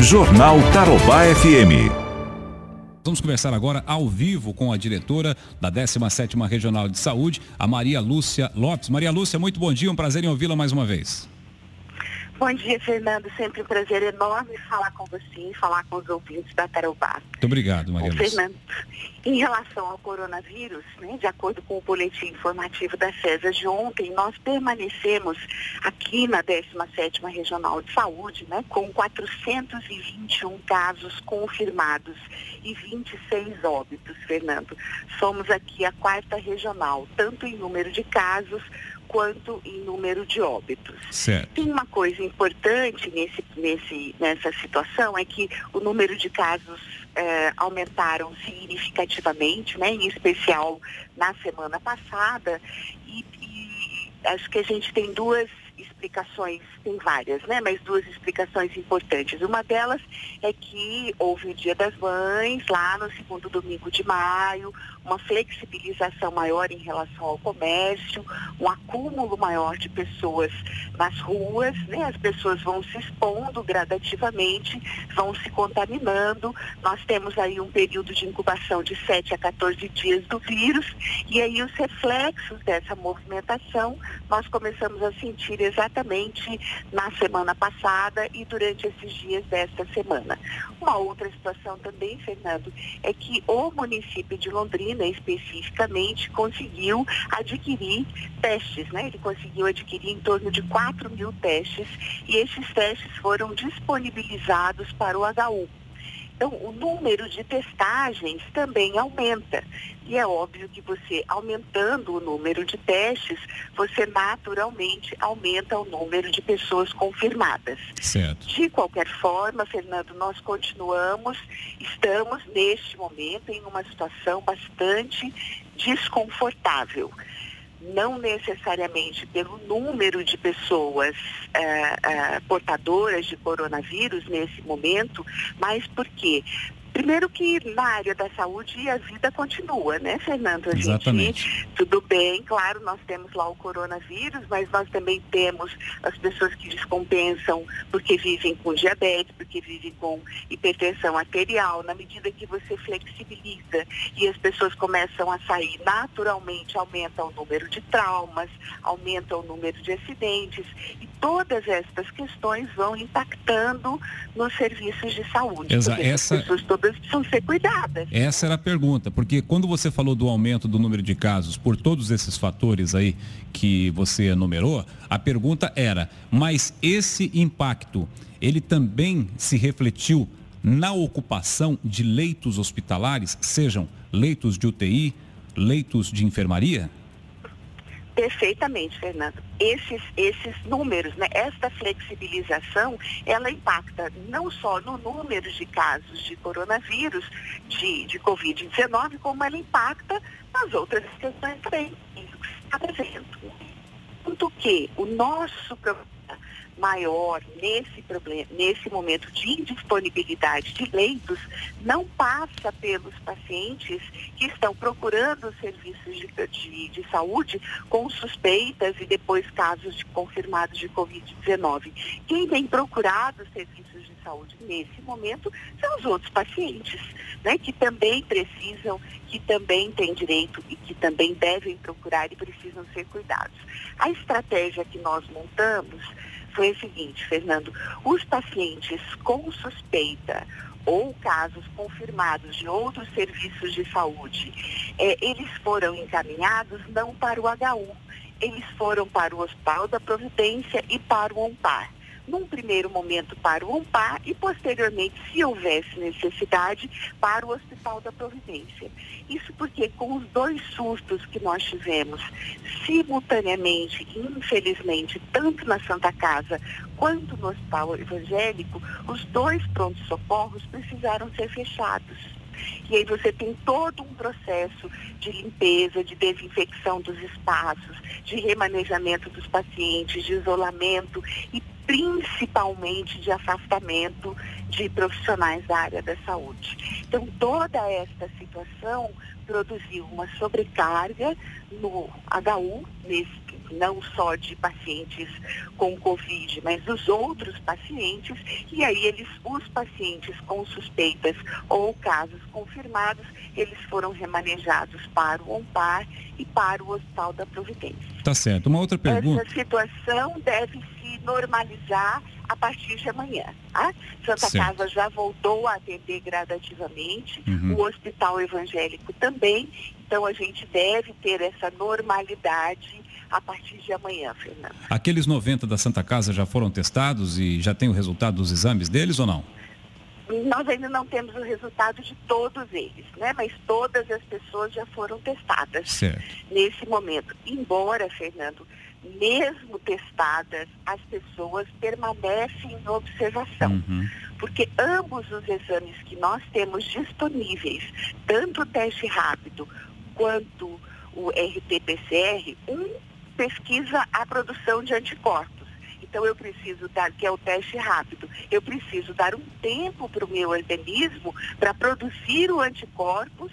Jornal Tarobá FM. Vamos conversar agora ao vivo com a diretora da 17ª Regional de Saúde, a Maria Lúcia Lopes. Maria Lúcia, muito bom dia, um prazer em ouvi-la mais uma vez. Bom dia, Fernando. Sempre um prazer enorme falar com você e falar com os ouvintes da Tarobá. Muito obrigado, Maria Lúcia. Fernando, em relação ao coronavírus, de acordo com o boletim informativo da CESA de ontem, nós permanecemos aqui na 17ª Regional de Saúde, com 421 casos confirmados e 26 óbitos, Fernando. Somos aqui a 4ª regional, tanto em número de casos quanto em número de óbitos. Certo. Tem uma coisa importante nessa situação, é que o número de casos aumentaram significativamente, em especial na semana passada, e acho que a gente tem duas explicações, tem várias, mas duas explicações importantes. Uma delas é que houve o Dia das Mães, lá no segundo domingo de maio, uma flexibilização maior em relação ao comércio, um acúmulo maior de pessoas nas ruas, as pessoas vão se expondo gradativamente, vão se contaminando. Nós temos aí um período de incubação de 7 a 14 dias do vírus, e aí os reflexos dessa movimentação nós começamos a sentir exatamente na semana passada e durante esses dias desta semana. Uma outra situação também, Fernando, é que o município de Londrina, especificamente, conseguiu adquirir testes, Ele conseguiu adquirir em torno de 4.000 testes, e esses testes foram disponibilizados para o HU. Então, o número de testagens também aumenta. E é óbvio que você, aumentando o número de testes, você naturalmente aumenta o número de pessoas confirmadas. Certo. De qualquer forma, Fernando, nós estamos neste momento em uma situação bastante desconfortável. Não necessariamente pelo número de pessoas portadoras de coronavírus nesse momento, mas porque, primeiro que na área da saúde a vida continua, Fernando? Exatamente. Tudo bem, claro, nós temos lá o coronavírus, mas nós também temos as pessoas que descompensam porque vivem com diabetes, porque vivem com hipertensão arterial. Na medida que você flexibiliza e as pessoas começam a sair, naturalmente aumenta o número de traumas, aumenta o número de acidentes, e todas estas questões vão impactando nos serviços de saúde. As pessoas todas precisam ser cuidadas. Essa era a pergunta, porque quando você falou do aumento do número de casos por todos esses fatores aí que você enumerou, a pergunta era, mas esse impacto, ele também se refletiu na ocupação de leitos hospitalares, sejam leitos de UTI, leitos de enfermaria? Perfeitamente, Fernando. Esses números, esta flexibilização, ela impacta não só no número de casos de coronavírus, de Covid-19, como ela impacta nas outras questões também, isso que se está fazendo. Tanto que o nosso problema maior nesse momento de indisponibilidade de leitos não passa pelos pacientes que estão procurando os serviços de saúde com suspeitas e depois casos confirmados de Covid-19. Quem tem procurado os serviços de saúde nesse momento são os outros pacientes, que também precisam, que também têm direito e que também devem procurar e precisam ser cuidados. A estratégia que nós montamos foi o seguinte, Fernando: os pacientes com suspeita ou casos confirmados de outros serviços de saúde, eles foram encaminhados não para o HU, eles foram para o Hospital da Providência e para o ONPAR. Num primeiro momento para o ONPAR e posteriormente, se houvesse necessidade, para o Hospital da Providência. Isso porque com os dois surtos que nós tivemos simultaneamente, infelizmente, tanto na Santa Casa quanto no Hospital Evangélico, os dois prontos-socorros precisaram ser fechados. E aí você tem todo um processo de limpeza, de desinfecção dos espaços, de remanejamento dos pacientes, de isolamento e principalmente de afastamento de profissionais da área da saúde. Então, toda esta situação produziu uma sobrecarga no HU, não só de pacientes com Covid, mas dos outros pacientes, e aí os pacientes com suspeitas ou casos confirmados, eles foram remanejados para o ONPAR e para o Hospital da Providência. Tá certo. Uma outra pergunta. Essa situação deve se normalizar a partir de amanhã. Tá? Santa Casa já voltou a atender gradativamente, o Hospital Evangélico também, então a gente deve ter essa normalidade a partir de amanhã, Fernando. Aqueles 90 da Santa Casa já foram testados e já tem o resultado dos exames deles ou não? Nós ainda não temos o resultado de todos eles, né? Mas todas as pessoas já foram testadas nesse momento. Embora, Fernando, mesmo testadas, as pessoas permanecem em observação. Porque ambos os exames que nós temos disponíveis, tanto o teste rápido quanto o RT-PCR, pesquisa a produção de anticorpos. Então eu preciso dar, que é o teste rápido, eu preciso dar um tempo para o meu organismo para produzir o anticorpo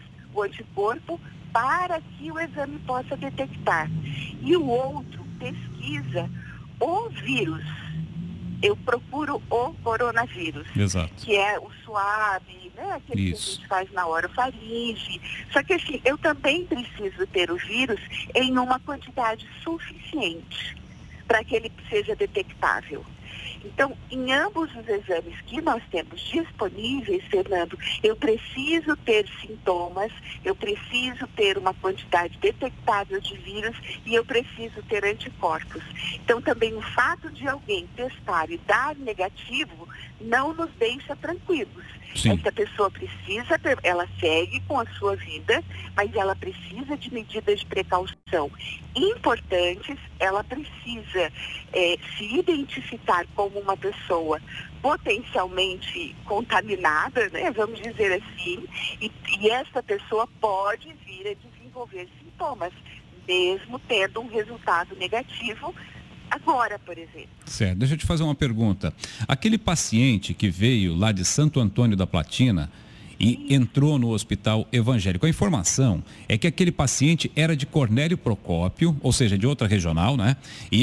para que o exame possa detectar. E o outro pesquisa o vírus. Eu procuro o coronavírus, que é o suave, né? Aquele que a gente faz na orofaringe. Só que assim, eu também preciso ter o vírus em uma quantidade suficiente para que ele seja detectável. Então, em ambos os exames que nós temos disponíveis, Fernando, eu preciso ter sintomas, eu preciso ter uma quantidade detectável de vírus e eu preciso ter anticorpos. Então, também o fato de alguém testar e dar negativo não nos deixa tranquilos. Essa pessoa precisa, ela segue com a sua vida, mas ela precisa de medidas de precaução importantes, ela precisa se identificar como uma pessoa potencialmente contaminada, né, vamos dizer assim, e essa pessoa pode vir a desenvolver sintomas, mesmo tendo um resultado negativo agora, por exemplo. Certo, deixa eu te fazer uma pergunta. Aquele paciente que veio lá de Santo Antônio da Platina e entrou no Hospital Evangélico, a informação é que aquele paciente era de Cornélio Procópio, ou seja, de outra regional, né? E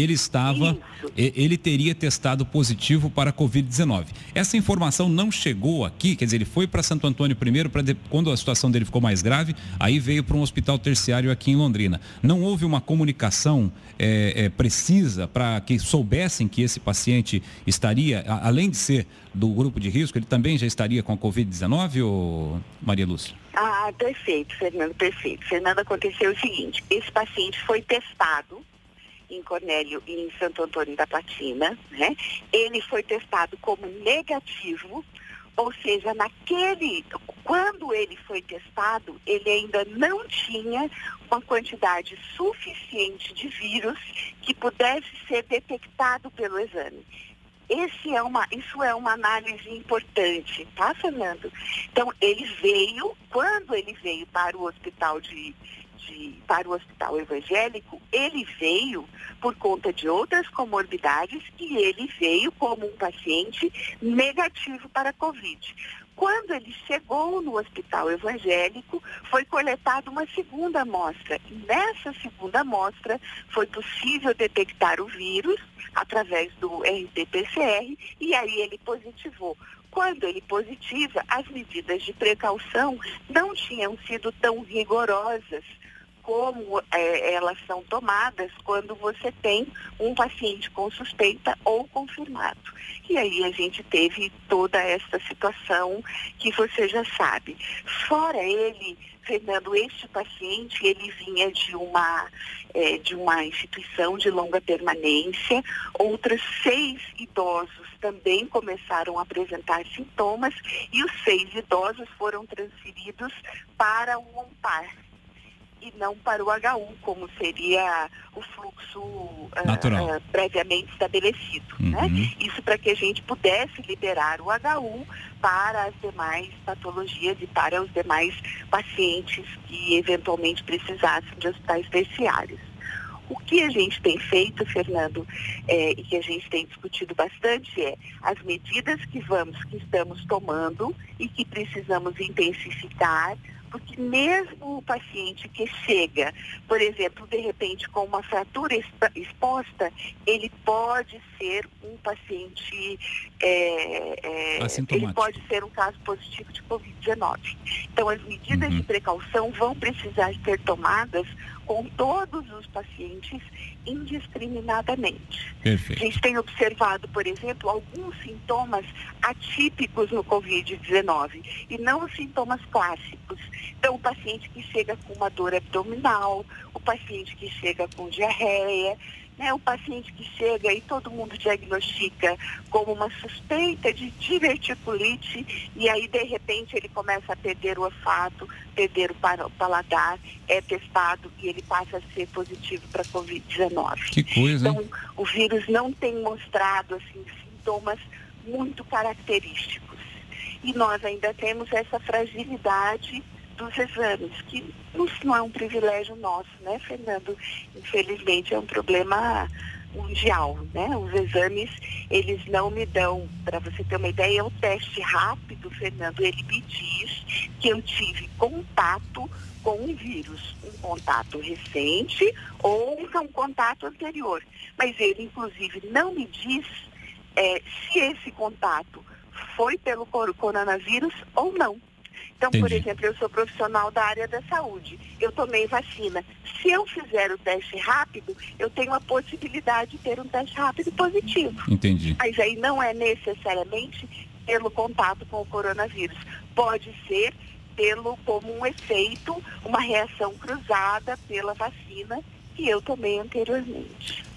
ele teria testado positivo para a Covid-19. Essa informação não chegou aqui, quer dizer, ele foi para Santo Antônio primeiro, quando a situação dele ficou mais grave, aí veio para um hospital terciário aqui em Londrina. Não houve uma comunicação precisa para que soubessem que esse paciente estaria, além de ser do grupo de risco, ele também já estaria com a Covid-19, ou Maria Lúcia? Ah, perfeito, Fernando, perfeito. Fernando, aconteceu o seguinte, esse paciente foi testado em Cornélio e em Santo Antônio da Platina, né? Ele foi testado como negativo, ou seja, quando ele foi testado, ele ainda não tinha uma quantidade suficiente de vírus que pudesse ser detectado pelo exame. Isso é uma análise importante, tá, Fernando? Então, quando ele veio para o hospital para o Hospital Evangélico, ele veio por conta de outras comorbidades e ele veio como um paciente negativo para a Covid. Quando ele chegou no Hospital Evangélico, foi coletada uma segunda amostra. E nessa segunda amostra foi possível detectar o vírus através do RT-PCR e aí ele positivou. Quando ele positiva, as medidas de precaução não tinham sido tão rigorosas como elas são tomadas quando você tem um paciente com suspeita ou confirmado. E aí a gente teve toda essa situação que você já sabe. Fora ele, Fernando, este paciente, ele vinha de uma instituição de longa permanência, outros 6 idosos também começaram a apresentar sintomas e os 6 idosos foram transferidos para o ONPAR e não para o HU, como seria o fluxo previamente estabelecido. Né? Isso para que a gente pudesse liberar o HU para as demais patologias e para os demais pacientes que eventualmente precisassem de hospitais terciários. O que a gente tem feito, Fernando, e que a gente tem discutido bastante é as medidas que estamos tomando e que precisamos intensificar porque mesmo o paciente que chega, por exemplo, de repente com uma fratura exposta, ele pode ser um paciente, ele pode ser um caso positivo de Covid-19. Então, as medidas de precaução vão precisar ser tomadas com todos os pacientes indiscriminadamente. Perfeito. A gente tem observado, por exemplo, alguns sintomas atípicos no Covid-19 e não os sintomas clássicos. Então, o paciente que chega com uma dor abdominal, o paciente que chega com diarreia, né, o paciente que chega e todo mundo diagnostica como uma suspeita de diverticulite e aí, de repente, ele começa a perder o olfato, perder o paladar, é testado e ele passa a ser positivo para Covid-19. Que coisa, hein? Então, o vírus não tem mostrado, assim, sintomas muito característicos. E nós ainda temos essa fragilidade dos exames, que não é um privilégio nosso, né, Fernando? Infelizmente é um problema mundial, né? Os exames, eles não me dão, para você ter uma ideia, o teste rápido, Fernando, ele me diz que eu tive contato com um vírus, um contato recente ou um contato anterior. Mas ele, inclusive, não me diz se esse contato foi pelo coronavírus ou não. Então, Entendi. por exemplo, eu sou profissional da área da saúde, eu tomei vacina. Se eu fizer o teste rápido, eu tenho a possibilidade de ter um teste rápido positivo. Entendi. Mas aí não é necessariamente pelo contato com o coronavírus. Pode ser como um efeito, uma reação cruzada pela vacina que eu tomei anteriormente.